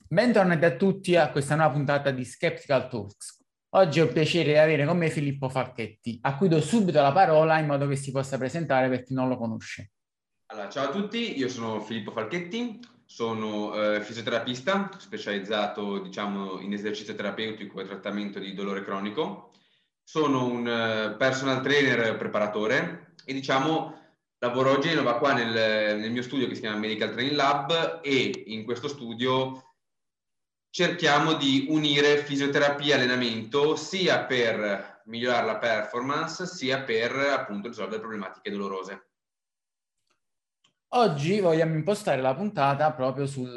Bentornati a tutti a questa nuova puntata di Skeptical Talks. Oggi ho il piacere di avere con me Filippo Falchetti, a cui do subito la parola in modo che si possa presentare per chi non lo conosce. Allora, ciao a tutti, io sono Filippo Falchetti, sono fisioterapista specializzato, diciamo, in esercizio terapeutico e trattamento di dolore cronico. Sono un personal trainer preparatore e, diciamo, lavoro oggi qua nel mio studio che si chiama Medical Training Lab, e in questo studio cerchiamo di unire fisioterapia e allenamento sia per migliorare la performance sia per appunto risolvere problematiche dolorose. Oggi vogliamo impostare la puntata proprio sul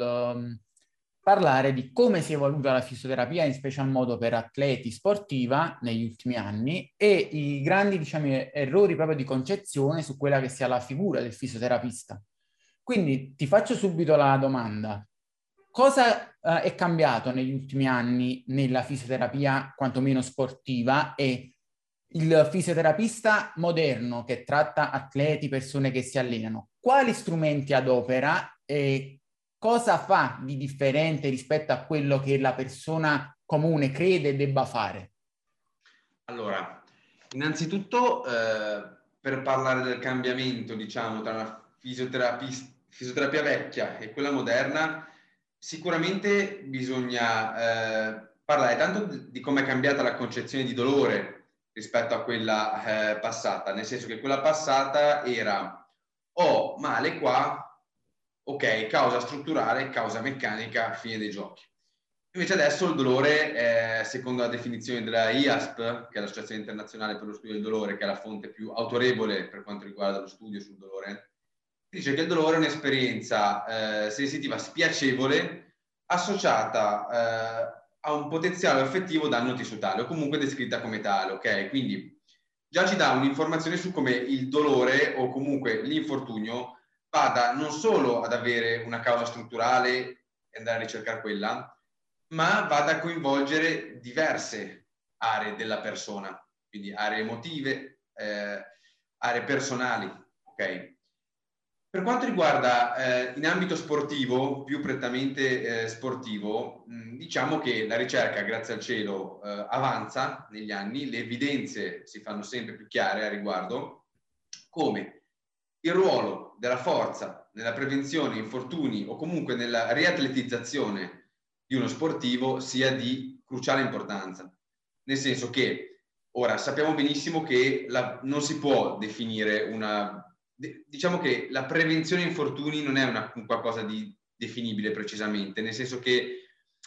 parlare di come si è evoluta la fisioterapia, in special modo per atleti sportiva negli ultimi anni e i grandi, diciamo, errori proprio di concezione su quella che sia la figura del fisioterapista. Quindi ti faccio subito la domanda. Cosa è cambiato negli ultimi anni nella fisioterapia, quantomeno sportiva, e il fisioterapista moderno che tratta atleti, persone che si allenano, quali strumenti adopera e cosa fa di differente rispetto a quello che la persona comune crede debba fare? Allora, innanzitutto, per parlare del cambiamento, diciamo, tra una fisioterapia vecchia e quella moderna, sicuramente bisogna parlare tanto di come è cambiata la concezione di dolore rispetto a quella passata, nel senso che quella passata era ho male qua, ok, causa strutturale, causa meccanica, fine dei giochi. Invece adesso il dolore, secondo la definizione della IASP, che è l'Associazione Internazionale per lo Studio del Dolore, che è la fonte più autorevole per quanto riguarda lo studio sul dolore, dice che il dolore è un'esperienza sensitiva spiacevole associata a un potenziale effettivo danno tissutale, o comunque descritta come tale, ok? Quindi già ci dà un'informazione su come il dolore o comunque l'infortunio vada non solo ad avere una causa strutturale e andare a ricercare quella, ma vada a coinvolgere diverse aree della persona, quindi aree emotive, aree personali, ok? Per quanto riguarda in ambito sportivo, più prettamente sportivo, diciamo che la ricerca, grazie al cielo, avanza negli anni, le evidenze si fanno sempre più chiare a riguardo, come il ruolo della forza nella prevenzione infortuni o comunque nella riatletizzazione di uno sportivo sia di cruciale importanza. Nel senso che ora sappiamo benissimo che non si può definire diciamo che la prevenzione infortuni non è un qualcosa di definibile precisamente, nel senso che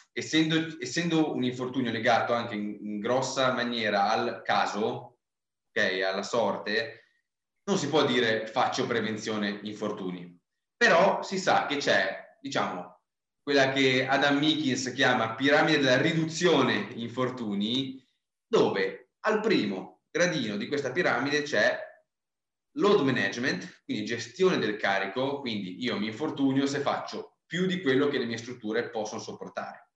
essendo un infortunio legato anche in grossa maniera al caso, ok, alla sorte, non si può dire faccio prevenzione infortuni, però si sa che c'è, diciamo, quella che Adam Meakins chiama piramide della riduzione infortuni, dove al primo gradino di questa piramide c'è load management, quindi gestione del carico, quindi io mi infortunio se faccio più di quello che le mie strutture possono sopportare.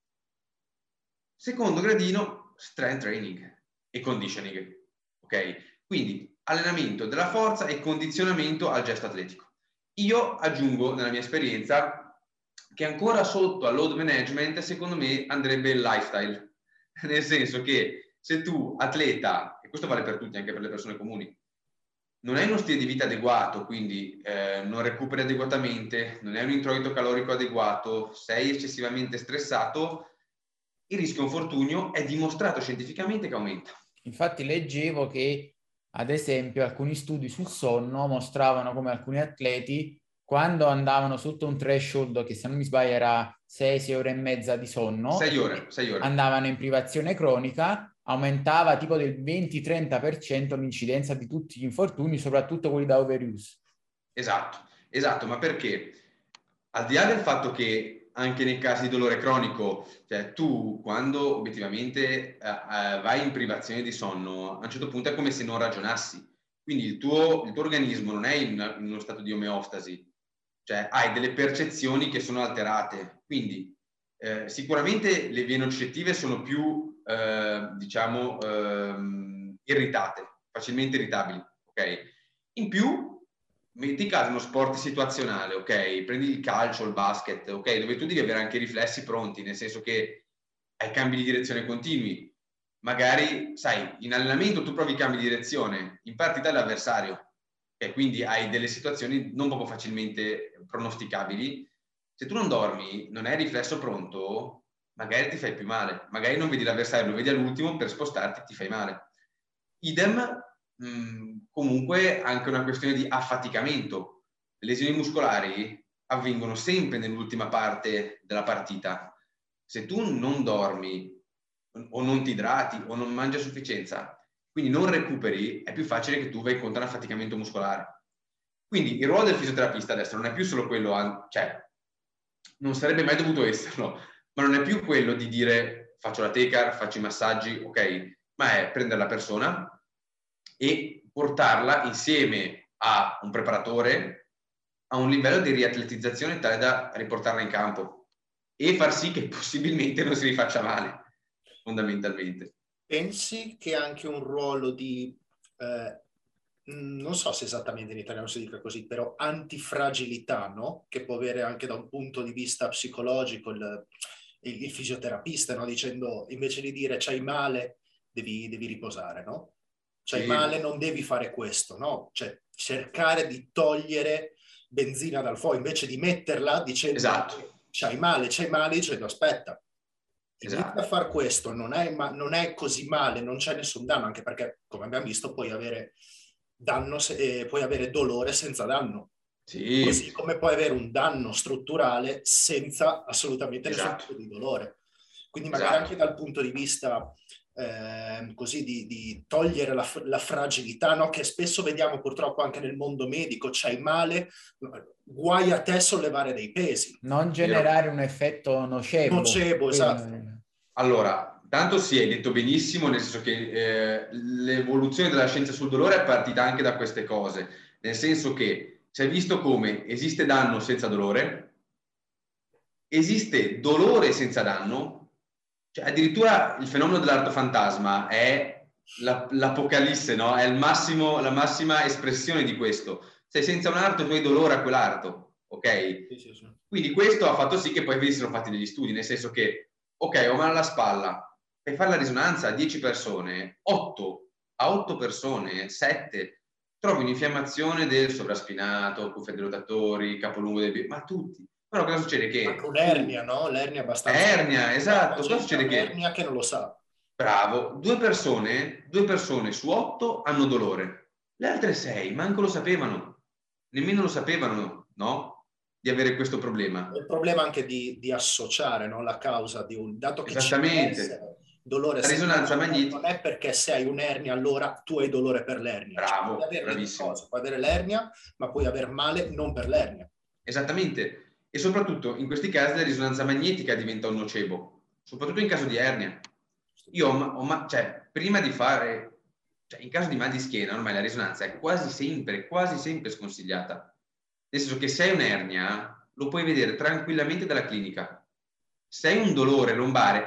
Secondo gradino, strength training e conditioning, ok? Quindi allenamento della forza e condizionamento al gesto atletico. Io aggiungo nella mia esperienza che ancora sotto al load management secondo me andrebbe il lifestyle, nel senso che se tu atleta, e questo vale per tutti, anche per le persone comuni, non hai uno stile di vita adeguato, quindi non recuperi adeguatamente, non hai un introito calorico adeguato, sei eccessivamente stressato, il rischio infortunio è dimostrato scientificamente che aumenta. Infatti leggevo che, ad esempio, alcuni studi sul sonno mostravano come alcuni atleti, quando andavano sotto un threshold, che se non mi sbaglio era 6 ore e mezza di sonno, 6 ore, 6 ore. andavano in privazione cronica, aumentava tipo del 20-30% l'incidenza di tutti gli infortuni, soprattutto quelli da overuse. Esatto, esatto, ma perché? Al di là del fatto che anche nei casi di dolore cronico, cioè tu quando obiettivamente vai in privazione di sonno, a un certo punto è come se non ragionassi. Quindi il tuo organismo non è in uno stato di omeostasi, cioè hai delle percezioni che sono alterate. Quindi sicuramente le vie nocettive sono più, diciamo, irritate, facilmente irritabili, ok? In più metti caso uno sport situazionale, ok? Prendi il calcio, il basket, ok? Dove tu devi avere anche i riflessi pronti, nel senso che hai cambi di direzione continui. Magari, sai, in allenamento tu provi cambi di direzione, in partita è l'avversario, e quindi hai delle situazioni non proprio facilmente pronosticabili. Se tu non dormi, non hai il riflesso pronto, magari ti fai più male, magari non vedi l'avversario, lo vedi all'ultimo, per spostarti ti fai male. Idem, comunque anche una questione di affaticamento. Le lesioni muscolari avvengono sempre nell'ultima parte della partita. Se tu non dormi o non ti idrati o non mangi a sufficienza, quindi non recuperi, è più facile che tu vai contro un affaticamento muscolare. Quindi il ruolo del fisioterapista adesso non è più solo quello, cioè non sarebbe mai dovuto esserlo, ma non è più quello di dire faccio la tecar, faccio i massaggi, ok, ma è prendere la persona e portarla insieme a un preparatore a un livello di riatletizzazione tale da riportarla in campo e far sì che possibilmente non si rifaccia male, fondamentalmente. Pensi che anche un ruolo di, non so se esattamente in italiano si dica così, però antifragilità, no? Che può avere anche da un punto di vista psicologico il fisioterapista, no? Dicendo, invece di dire c'hai male, devi riposare, no? C'hai male, non devi fare questo, no? Cioè cercare di togliere benzina dal fuoco, invece di metterla dicendo esatto. c'hai male, dicendo aspetta, inizia a fare questo, non è così male, non c'è nessun danno, anche perché, come abbiamo visto, puoi avere puoi avere dolore senza danno. Sì. Così come puoi avere un danno strutturale senza assolutamente nessun tipo di dolore. Quindi magari anche dal punto di vista così di togliere la fragilità, no? Che spesso vediamo purtroppo anche nel mondo medico, c'hai male, guai a te sollevare dei pesi. Non generare un effetto nocebo. Nocebo, esatto. Allora, tanto sì, hai detto benissimo, nel senso che l'evoluzione della scienza sul dolore è partita anche da queste cose, nel senso che si è visto come esiste danno senza dolore, esiste dolore senza danno, cioè addirittura il fenomeno dell'arto fantasma è l'apocalisse, no? È la massima espressione di questo. Se senza un arto tu hai dolore a quell'arto, ok? Sì. Quindi questo ha fatto sì che poi venissero fatti degli studi, nel senso che, ok, ho male alla spalla, per fare la risonanza a 10 persone, 8 persone, 7, trovi un'infiammazione del sovraspinato, cuffia dei rotatori, capolungo del piede, ma tutti. Però cosa succede? Che anche un'ernia, no? L'ernia è abbastanza... Ernia, esatto. Cosa succede? Che un'ernia che non lo sa. Bravo, 2 persone su 8 hanno dolore. Le altre 6 manco lo sapevano, nemmeno lo sapevano, no? Di avere questo problema. È il problema anche di associare, no? La causa di un... Dato che ci deve essere dolore La risonanza magnetica. non è perché se hai un'ernia allora tu hai dolore per l'ernia. Bravo, Puoi avere bravissimo. puoi avere l'ernia, ma puoi aver male non per l'ernia. Esattamente. E soprattutto in questi casi la risonanza magnetica diventa un nocebo, soprattutto in caso di ernia. Io prima di fare, in caso di mal di schiena, ormai la risonanza è quasi sempre sconsigliata. Nel senso che se hai un'ernia, lo puoi vedere tranquillamente dalla clinica. Se hai un dolore lombare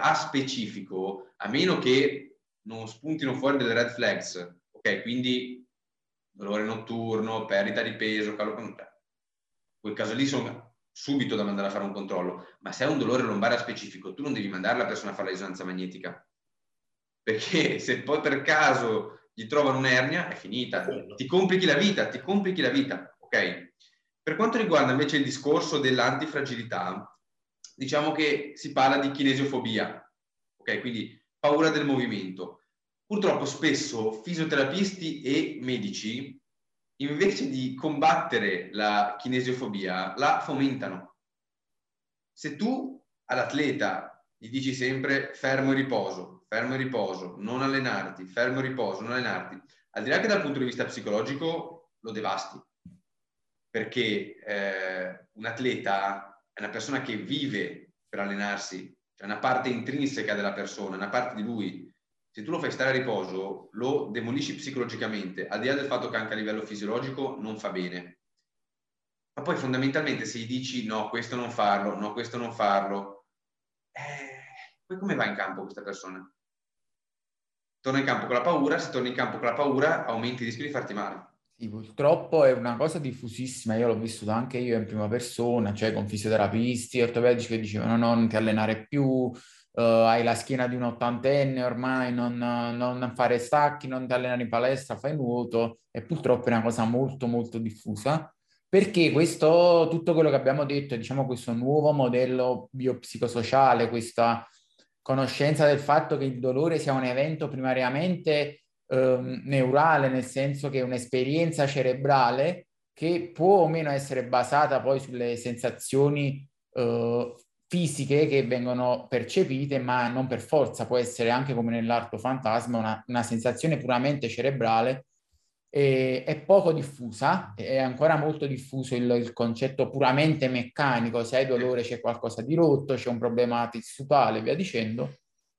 a meno che non spuntino fuori delle red flags, ok? Quindi dolore notturno, perdita di peso, quel caso lì sono subito da mandare a fare un controllo. Ma se hai un dolore lombare specifico, tu non devi mandare la persona a fare la risonanza magnetica. Perché se poi per caso gli trovano un'ernia, è finita. Ti complichi la vita, ok? Per quanto riguarda invece il discorso dell'antifragilità, diciamo che si parla di kinesiofobia, ok? Quindi paura del movimento. Purtroppo spesso fisioterapisti e medici, invece di combattere la kinesiofobia, la fomentano. Se tu all'atleta gli dici sempre fermo e riposo, non allenarti, fermo e riposo, non allenarti, al di là che dal punto di vista psicologico lo devasti, perché un atleta è una persona che vive per allenarsi, c'è una parte intrinseca della persona, una parte di lui. Se tu lo fai stare a riposo, lo demolisci psicologicamente, al di là del fatto che anche a livello fisiologico non fa bene. Ma poi fondamentalmente se gli dici no, questo non farlo, poi come va in campo questa persona? Torna in campo con la paura, se torni in campo con la paura aumenti il rischio di farti male. Sì, purtroppo è una cosa diffusissima, io l'ho vissuto anche io in prima persona, cioè con fisioterapisti, ortopedici che dicevano no, non ti allenare più, hai la schiena di un ottantenne ormai, non fare stacchi, non ti allenare in palestra, fai nuoto, e purtroppo è una cosa molto molto diffusa, perché questo, tutto quello che abbiamo detto, diciamo questo nuovo modello biopsicosociale, questa conoscenza del fatto che il dolore sia un evento primariamente neurale, nel senso che è un'esperienza cerebrale che può o meno essere basata poi sulle sensazioni fisiche che vengono percepite, ma non per forza, può essere anche come nell'arto fantasma una sensazione puramente cerebrale. È poco diffusa, è ancora molto diffuso il concetto puramente meccanico, se hai dolore c'è qualcosa di rotto, c'è un problema tissuale, e via dicendo.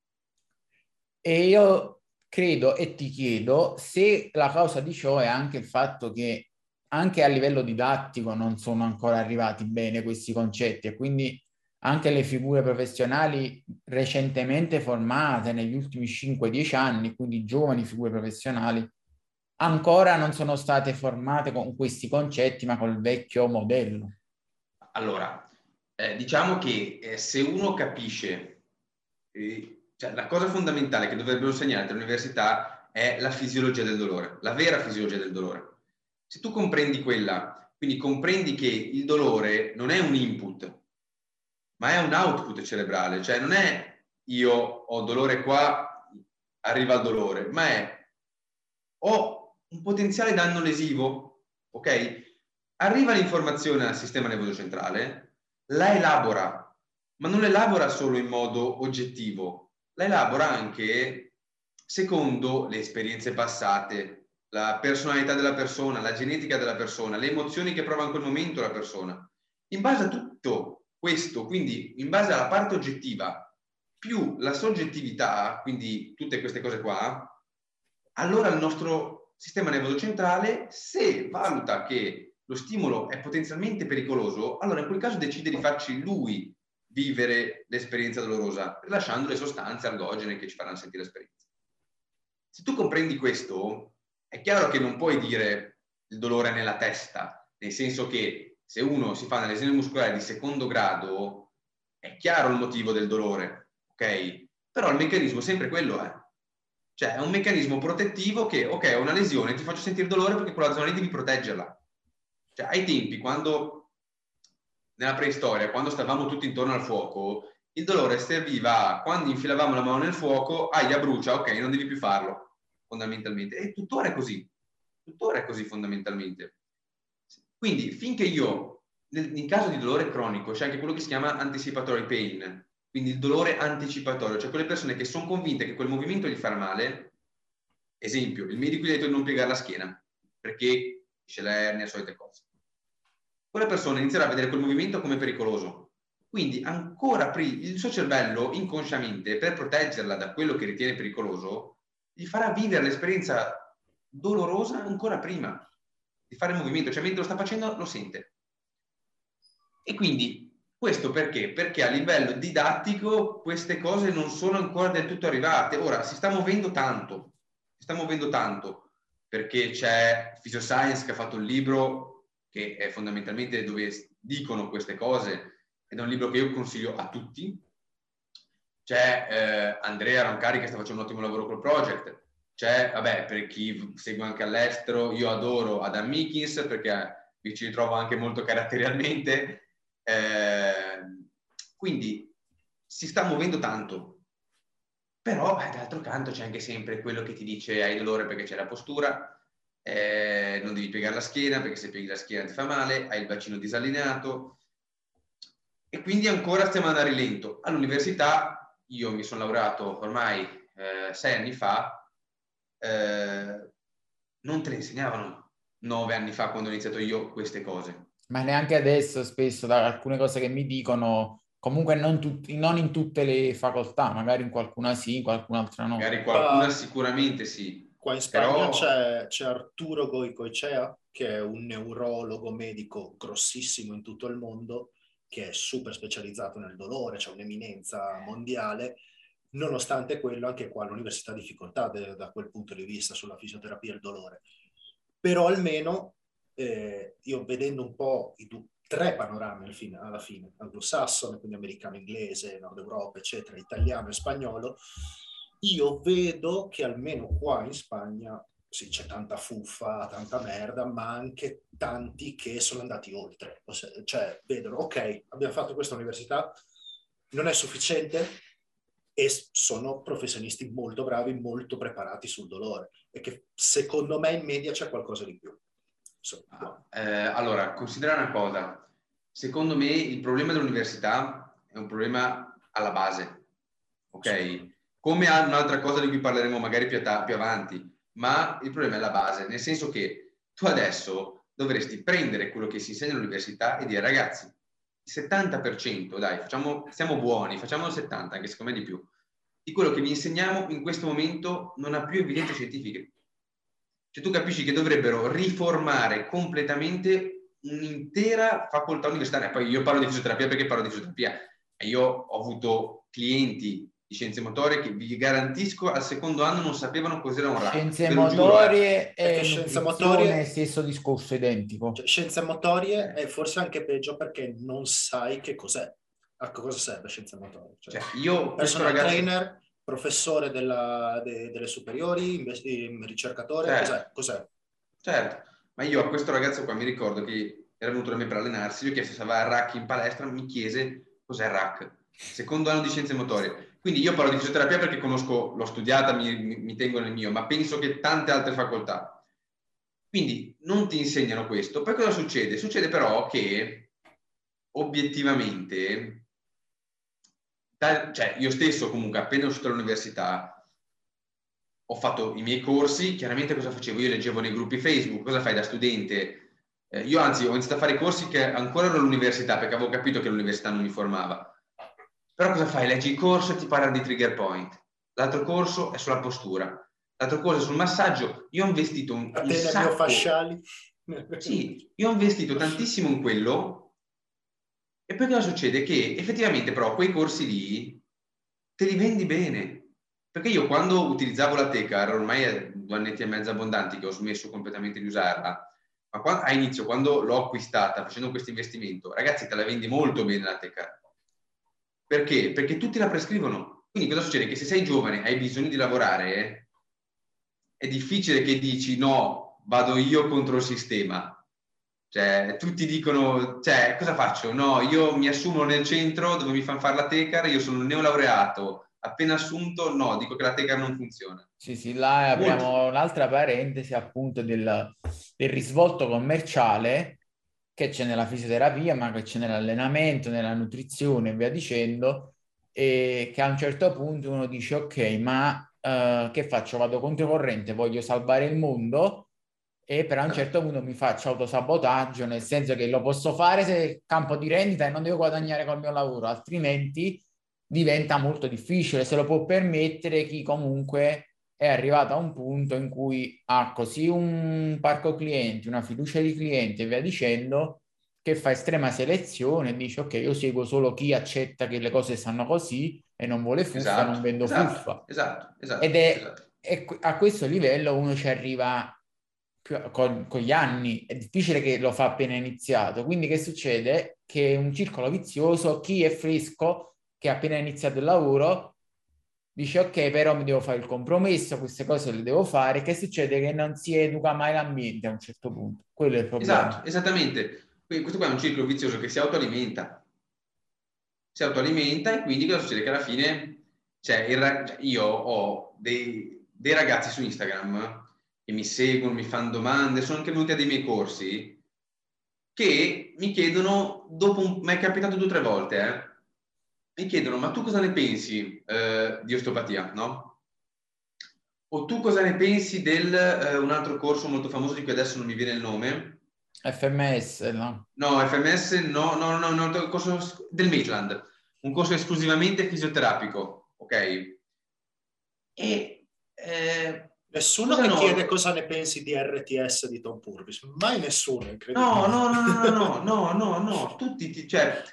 E io credo e ti chiedo se la causa di ciò è anche il fatto che anche a livello didattico non sono ancora arrivati bene questi concetti e quindi anche le figure professionali recentemente formate negli ultimi 5-10 anni, quindi giovani figure professionali, ancora non sono state formate con questi concetti, ma col vecchio modello. Allora, diciamo che se uno capisce, cioè la cosa fondamentale che dovrebbero insegnare all'università è la fisiologia del dolore, la vera fisiologia del dolore. Se tu comprendi quella, quindi comprendi che il dolore non è un input, ma è un output cerebrale, cioè non è io ho dolore qua, arriva il dolore, ma è ho un potenziale danno lesivo, ok? Arriva l'informazione al sistema nervoso centrale, la elabora, ma non la elabora solo in modo oggettivo, la elabora anche secondo le esperienze passate, la personalità della persona, la genetica della persona, le emozioni che prova in quel momento la persona. In base a tutto questo, quindi in base alla parte oggettiva, più la soggettività, quindi tutte queste cose qua, allora il nostro sistema nervoso centrale, se valuta che lo stimolo è potenzialmente pericoloso, allora in quel caso decide di farci lui vivere l'esperienza dolorosa, rilasciando le sostanze ergogene che ci faranno sentire l'esperienza. Se tu comprendi questo, è chiaro che non puoi dire il dolore è nella testa, nel senso che se uno si fa una lesione muscolare di secondo grado, è chiaro il motivo del dolore, ok? Però il meccanismo è sempre quello, Cioè è un meccanismo protettivo che, ok, ho una lesione, ti faccio sentire dolore perché quella zona lì devi proteggerla. Cioè ai tempi, quando nella preistoria, quando stavamo tutti intorno al fuoco, il dolore serviva quando infilavamo la mano nel fuoco, aia brucia, ok, non devi più farlo, fondamentalmente. E tuttora è così fondamentalmente. Quindi finché io, in caso di dolore cronico, c'è anche quello che si chiama anticipatory pain, quindi il dolore anticipatorio, cioè quelle persone che sono convinte che quel movimento gli farà male, esempio, il medico gli ha detto di non piegare la schiena, perché c'è l'ernia, solite cose. Quella persona inizierà a vedere quel movimento come pericoloso. Quindi ancora prima, il suo cervello inconsciamente, per proteggerla da quello che ritiene pericoloso, gli farà vivere l'esperienza dolorosa ancora prima di fare il movimento, cioè mentre lo sta facendo lo sente. E quindi questo perché? Perché a livello didattico queste cose non sono ancora del tutto arrivate. Ora si sta muovendo tanto, perché c'è Physioscience che ha fatto un libro che è fondamentalmente dove dicono queste cose, ed è un libro che io consiglio a tutti. C'è Andrea Roncari che sta facendo un ottimo lavoro col project. C'è, vabbè, per chi segue anche all'estero, io adoro Adam Meakins perché mi ci ritrovo anche molto caratterialmente. Quindi si sta muovendo tanto. Però, d'altro canto, c'è anche sempre quello che ti dice hai dolore perché c'è la postura, non devi piegare la schiena perché se pieghi la schiena ti fa male, hai il bacino disallineato. E quindi ancora stiamo andando a rilento. All'università, io mi sono laureato ormai 6 anni fa, non te le insegnavano 9 anni fa quando ho iniziato io queste cose. Ma neanche adesso, spesso, da alcune cose che mi dicono, comunque non in tutte le facoltà, magari in qualcuna sì, in qualcun'altra no. Magari qualcuna sicuramente sì, Qua in Spagna però c'è Arturo Goicoechea, che è un neurologo medico grossissimo in tutto il mondo, che è super specializzato nel dolore, c'è un'eminenza mondiale. Nonostante quello, anche qua l'università ha difficoltà da quel punto di vista sulla fisioterapia e il dolore. però almeno io vedendo un po' tre panorami alla fine, anglosassone, quindi americano, inglese, Nord Europa, eccetera, italiano e spagnolo, io vedo che almeno qua in Spagna sì, c'è tanta fuffa, tanta merda, ma anche tanti che sono andati oltre. Cioè, vedono, ok, abbiamo fatto questa università, non è sufficiente e sono professionisti molto bravi, molto preparati sul dolore e che secondo me in media c'è qualcosa di più. Allora, considera una cosa. Secondo me il problema dell'università è un problema alla base, ok? Sì. Come un'altra cosa di cui parleremo magari più avanti, ma il problema è la base, nel senso che tu adesso dovresti prendere quello che si insegna all'università e dire ragazzi, il 70%, dai, siamo buoni, facciamo il 70%, anche secondo me di più, di quello che vi insegniamo in questo momento non ha più evidenze scientifiche. Cioè tu capisci che dovrebbero riformare completamente un'intera facoltà universitaria. Poi io parlo di fisioterapia perché parlo di fisioterapia e io ho avuto clienti di scienze motorie che vi garantisco al secondo anno non sapevano cos'era un rack. Scienze motorie e scienze motorie, stesso discorso identico. Cioè, scienze motorie è forse anche peggio perché non sai che cos'è. A cosa serve scienze motorie? Cioè, io personal trainer, professore delle superiori, ricercatore, certo. Cos'è? Certo, ma io a questo ragazzo qua mi ricordo che era venuto da me per allenarsi, gli ho chiesto se aveva il rack in palestra, mi chiese cos'è il rack. Secondo anno di scienze motorie. Quindi io parlo di fisioterapia perché conosco, l'ho studiata, mi tengo nel mio, ma penso che tante altre facoltà. Quindi non ti insegnano questo. Poi cosa succede? Succede però che obiettivamente, cioè io stesso comunque appena uscito dall'università ho fatto i miei corsi, chiaramente cosa facevo? Io leggevo nei gruppi Facebook, cosa fai da studente? Io anzi ho iniziato a fare corsi che ancora ero all'università perché avevo capito che l'università non mi formava. Però cosa fai? Leggi il corso e ti parla di trigger point. L'altro corso è sulla postura. L'altro corso è sul massaggio. Io ho investito un sacco. Fasciali. Sì, io ho investito tantissimo in quello e poi cosa succede? Che effettivamente però quei corsi lì te li vendi bene. Perché io quando utilizzavo la Tecar, ormai è 2 annetti e mezzo abbondanti che ho smesso completamente di usarla, ma a inizio, quando l'ho acquistata facendo questo investimento, ragazzi, te la vendi molto bene la Tecar. Perché? Perché tutti la prescrivono. Quindi cosa succede? Che se sei giovane, hai bisogno di lavorare, è difficile che dici no, vado io contro il sistema. Cioè, tutti dicono, cioè, cosa faccio? No, io mi assumo nel centro dove mi fanno fare la Tecar, io sono un neolaureato, appena assunto, no, dico che la Tecar non funziona. Sì, là apriamo un'altra parentesi appunto del risvolto commerciale che c'è nella fisioterapia, ma che c'è nell'allenamento, nella nutrizione e via dicendo, e che a un certo punto uno dice ok, ma che faccio? Vado controcorrente, voglio salvare il mondo e per a un certo punto mi faccio autosabotaggio, nel senso che lo posso fare se è campo di rendita e non devo guadagnare col mio lavoro, altrimenti diventa molto difficile. Se lo può permettere chi comunque è arrivato a un punto in cui ha così un parco clienti, una fiducia di clienti e via dicendo, che fa estrema selezione e dice ok, io seguo solo chi accetta che le cose stanno così e non vuole fuffa, non vendo fuffa. Esatto. Ed è a questo livello uno ci arriva con gli anni, è difficile che lo fa appena iniziato. Quindi che succede? Che è un circolo vizioso, chi è fresco, che ha appena iniziato il lavoro, dice ok, però mi devo fare il compromesso, queste cose le devo fare. Che succede? Che non si educa mai l'ambiente a un certo punto. Quello è il problema. Esatto, esattamente. Quindi questo qua è un ciclo vizioso che si autoalimenta. Si autoalimenta e quindi cosa succede? Che alla fine, io ho dei ragazzi su Instagram che mi seguono, mi fanno domande, sono anche venuti a dei miei corsi, che mi chiedono, mi è capitato 2 o 3 volte, mi chiedono, ma tu cosa ne pensi di osteopatia, no? O tu cosa ne pensi del un altro corso molto famoso di cui adesso non mi viene il nome? FMS, no? No, FMS no, il corso del Maitland, un corso esclusivamente fisioterapico, ok? E nessuno mi chiede cosa ne pensi di RTS di Tom Purvis, mai nessuno, incredibile. No, tutti,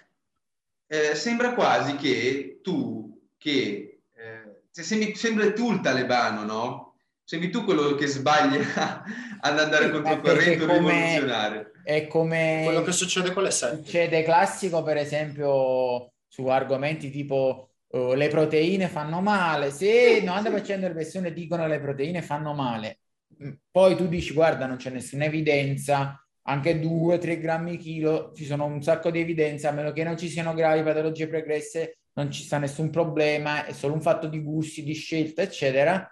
sembra quasi che tu, sembri tu il talebano, no? Sei tu quello che sbaglia ad andare contro il corrente o rivoluzionare. È come quello che succede con le sette. Succede classico, per esempio, su argomenti tipo le proteine fanno male. Se il 90% delle persone dicono che le proteine fanno male, poi tu dici, guarda, non c'è nessuna evidenza, anche 2-3 grammi chilo, ci sono un sacco di evidenze, a meno che non ci siano gravi patologie pregresse, non ci sta nessun problema, è solo un fatto di gusti, di scelta, eccetera.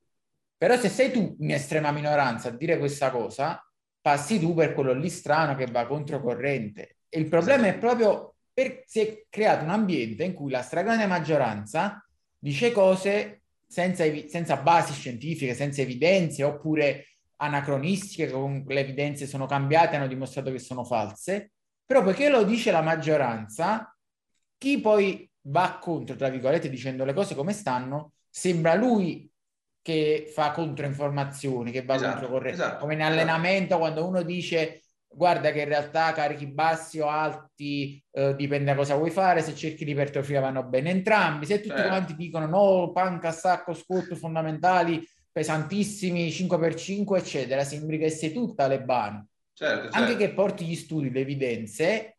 Però se sei tu in estrema minoranza a dire questa cosa, passi tu per quello lì strano che va controcorrente. E il problema è proprio per si è creato un ambiente in cui la stragrande maggioranza dice cose senza basi scientifiche, senza evidenze, oppure anacronistiche, con le evidenze sono cambiate, hanno dimostrato che sono false. Però poiché lo dice la maggioranza, chi poi va contro, tra virgolette, dicendo le cose come stanno, sembra lui che fa controinformazioni, che va controcorrente, come in allenamento quando uno dice guarda che in realtà carichi bassi o alti dipende da cosa vuoi fare, se cerchi di ipertrofia vanno bene entrambi, se tutti quanti dicono no, panca, sacco, squat fondamentali pesantissimi 5x5 eccetera, sembri che sei tu talebano. Certo. Anche che porti gli studi, le evidenze,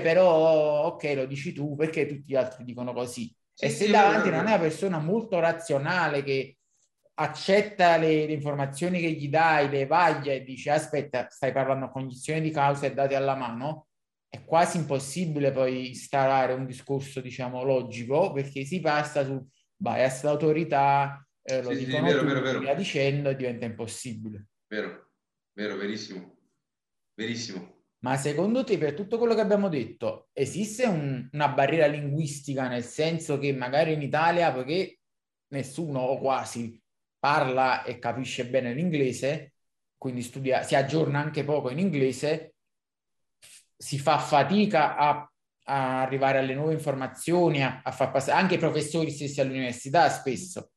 però ok, lo dici tu perché tutti gli altri dicono così. Sì, e se davanti non è una persona molto razionale che accetta le informazioni che gli dai, le vaglia e dice aspetta, stai parlando a cognizione di causa e dati alla mano, è quasi impossibile poi instaurare un discorso, diciamo, logico, perché si passa su bias d'autorità, lo dicono vero, tutti, vero. via dicendo, e diventa impossibile. Vero, verissimo. Verissimo. Ma secondo te, per tutto quello che abbiamo detto, esiste una barriera linguistica, nel senso che magari in Italia, poiché nessuno o quasi parla e capisce bene l'inglese, quindi studia, si aggiorna anche poco in inglese, si fa fatica a arrivare alle nuove informazioni, a far passare anche i professori stessi all'università spesso.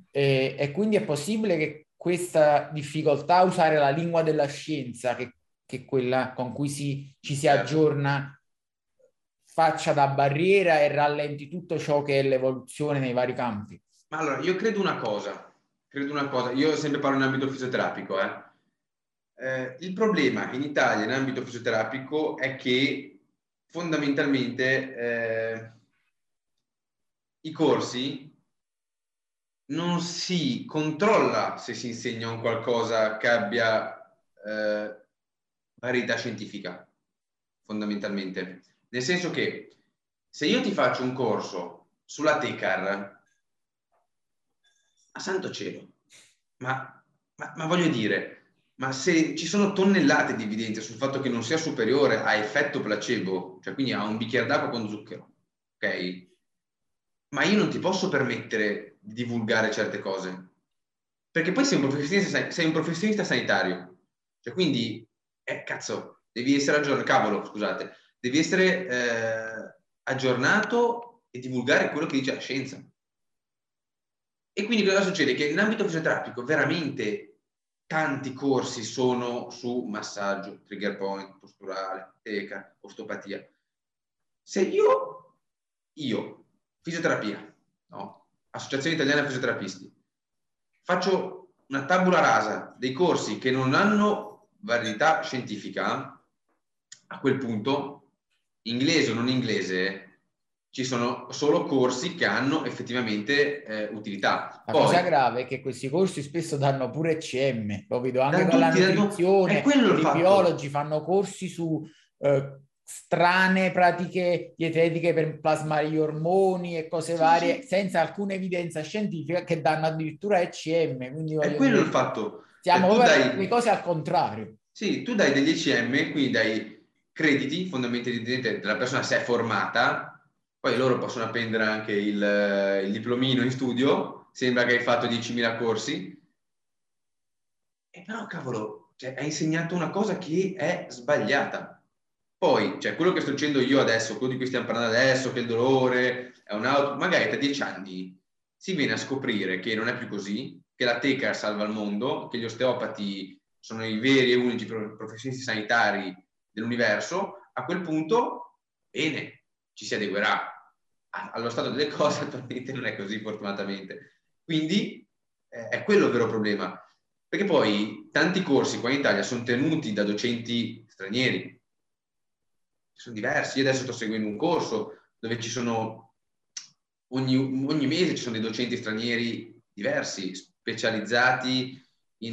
E quindi è possibile che questa difficoltà a usare la lingua della scienza, che è quella con cui ci si aggiorna, faccia da barriera e rallenti tutto ciò che è l'evoluzione nei vari campi. Ma allora, io credo una cosa, io sempre parlo in ambito fisioterapico, il problema in Italia in ambito fisioterapico è che fondamentalmente i corsi non si controlla se si insegna un qualcosa che abbia varietà scientifica, fondamentalmente. Nel senso che se io ti faccio un corso sulla TECAR, a santo cielo, ma voglio dire, ma se ci sono tonnellate di evidenze sul fatto che non sia superiore a effetto placebo, cioè quindi a un bicchiere d'acqua con zucchero, ok? Ma io non ti posso permettere di divulgare certe cose, perché poi sei un professionista sanitario, cioè quindi, cazzo, devi essere aggiornato, cavolo, scusate, devi essere aggiornato e divulgare quello che dice la scienza. E quindi cosa succede? Che in ambito fisioterapico veramente tanti corsi sono su massaggio, trigger point, posturale, teca, osteopatia. Se io, fisioterapia, no? Associazione Italiana Fisioterapisti, faccio una tabula rasa dei corsi che non hanno validità scientifica, a quel punto, inglese o non inglese, ci sono solo corsi che hanno effettivamente utilità. La cosa grave è che questi corsi spesso danno pure ECM, lo vedo anche con la nutrizione, i biologi fanno corsi su strane pratiche dietetiche per plasmare gli ormoni e cose varie, senza alcuna evidenza scientifica, che danno addirittura ECM. Quindi è quello il fatto. Siamo le cose al contrario. Sì, tu dai degli ECM, quindi dai crediti fondamentalmente della persona se è formata, poi loro possono appendere anche il diplomino in studio, sembra che hai fatto 10.000 corsi, e però cavolo, cioè, hai insegnato una cosa che è sbagliata. Poi, cioè, quello che sto dicendo io adesso, quello di cui stiamo parlando adesso, che il dolore è magari tra 10 anni si viene a scoprire che non è più così, che la teca salva il mondo, che gli osteopati sono i veri e unici professionisti sanitari dell'universo. A quel punto, bene, ci si adeguerà. Allo stato delle cose attualmente non è così, fortunatamente. Quindi è quello il vero problema. Perché poi tanti corsi qua in Italia sono tenuti da docenti stranieri, sono diversi. Io adesso sto seguendo un corso dove ci sono, ogni mese ci sono dei docenti stranieri diversi, specializzati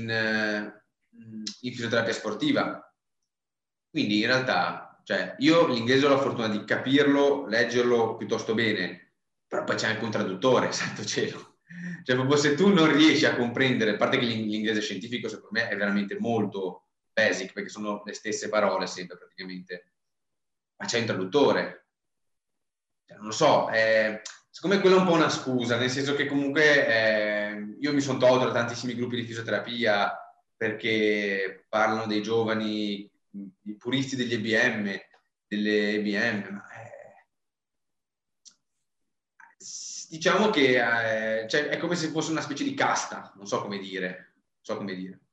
in fisioterapia sportiva. Quindi in realtà, cioè, io l'inglese ho la fortuna di capirlo, leggerlo piuttosto bene, però poi c'è anche un traduttore, santo cielo. Cioè, proprio se tu non riesci a comprendere, a parte che l'inglese scientifico secondo me è veramente molto basic, perché sono le stesse parole sempre praticamente, ma c'è un traduttore. Cioè, non lo so, secondo me quella è un po' una scusa, nel senso che comunque io mi sono tolto da tantissimi gruppi di fisioterapia perché parlano dei giovani, i puristi degli EBM, delle EBM, ma diciamo che cioè, è come se fosse una specie di casta, non so come dire,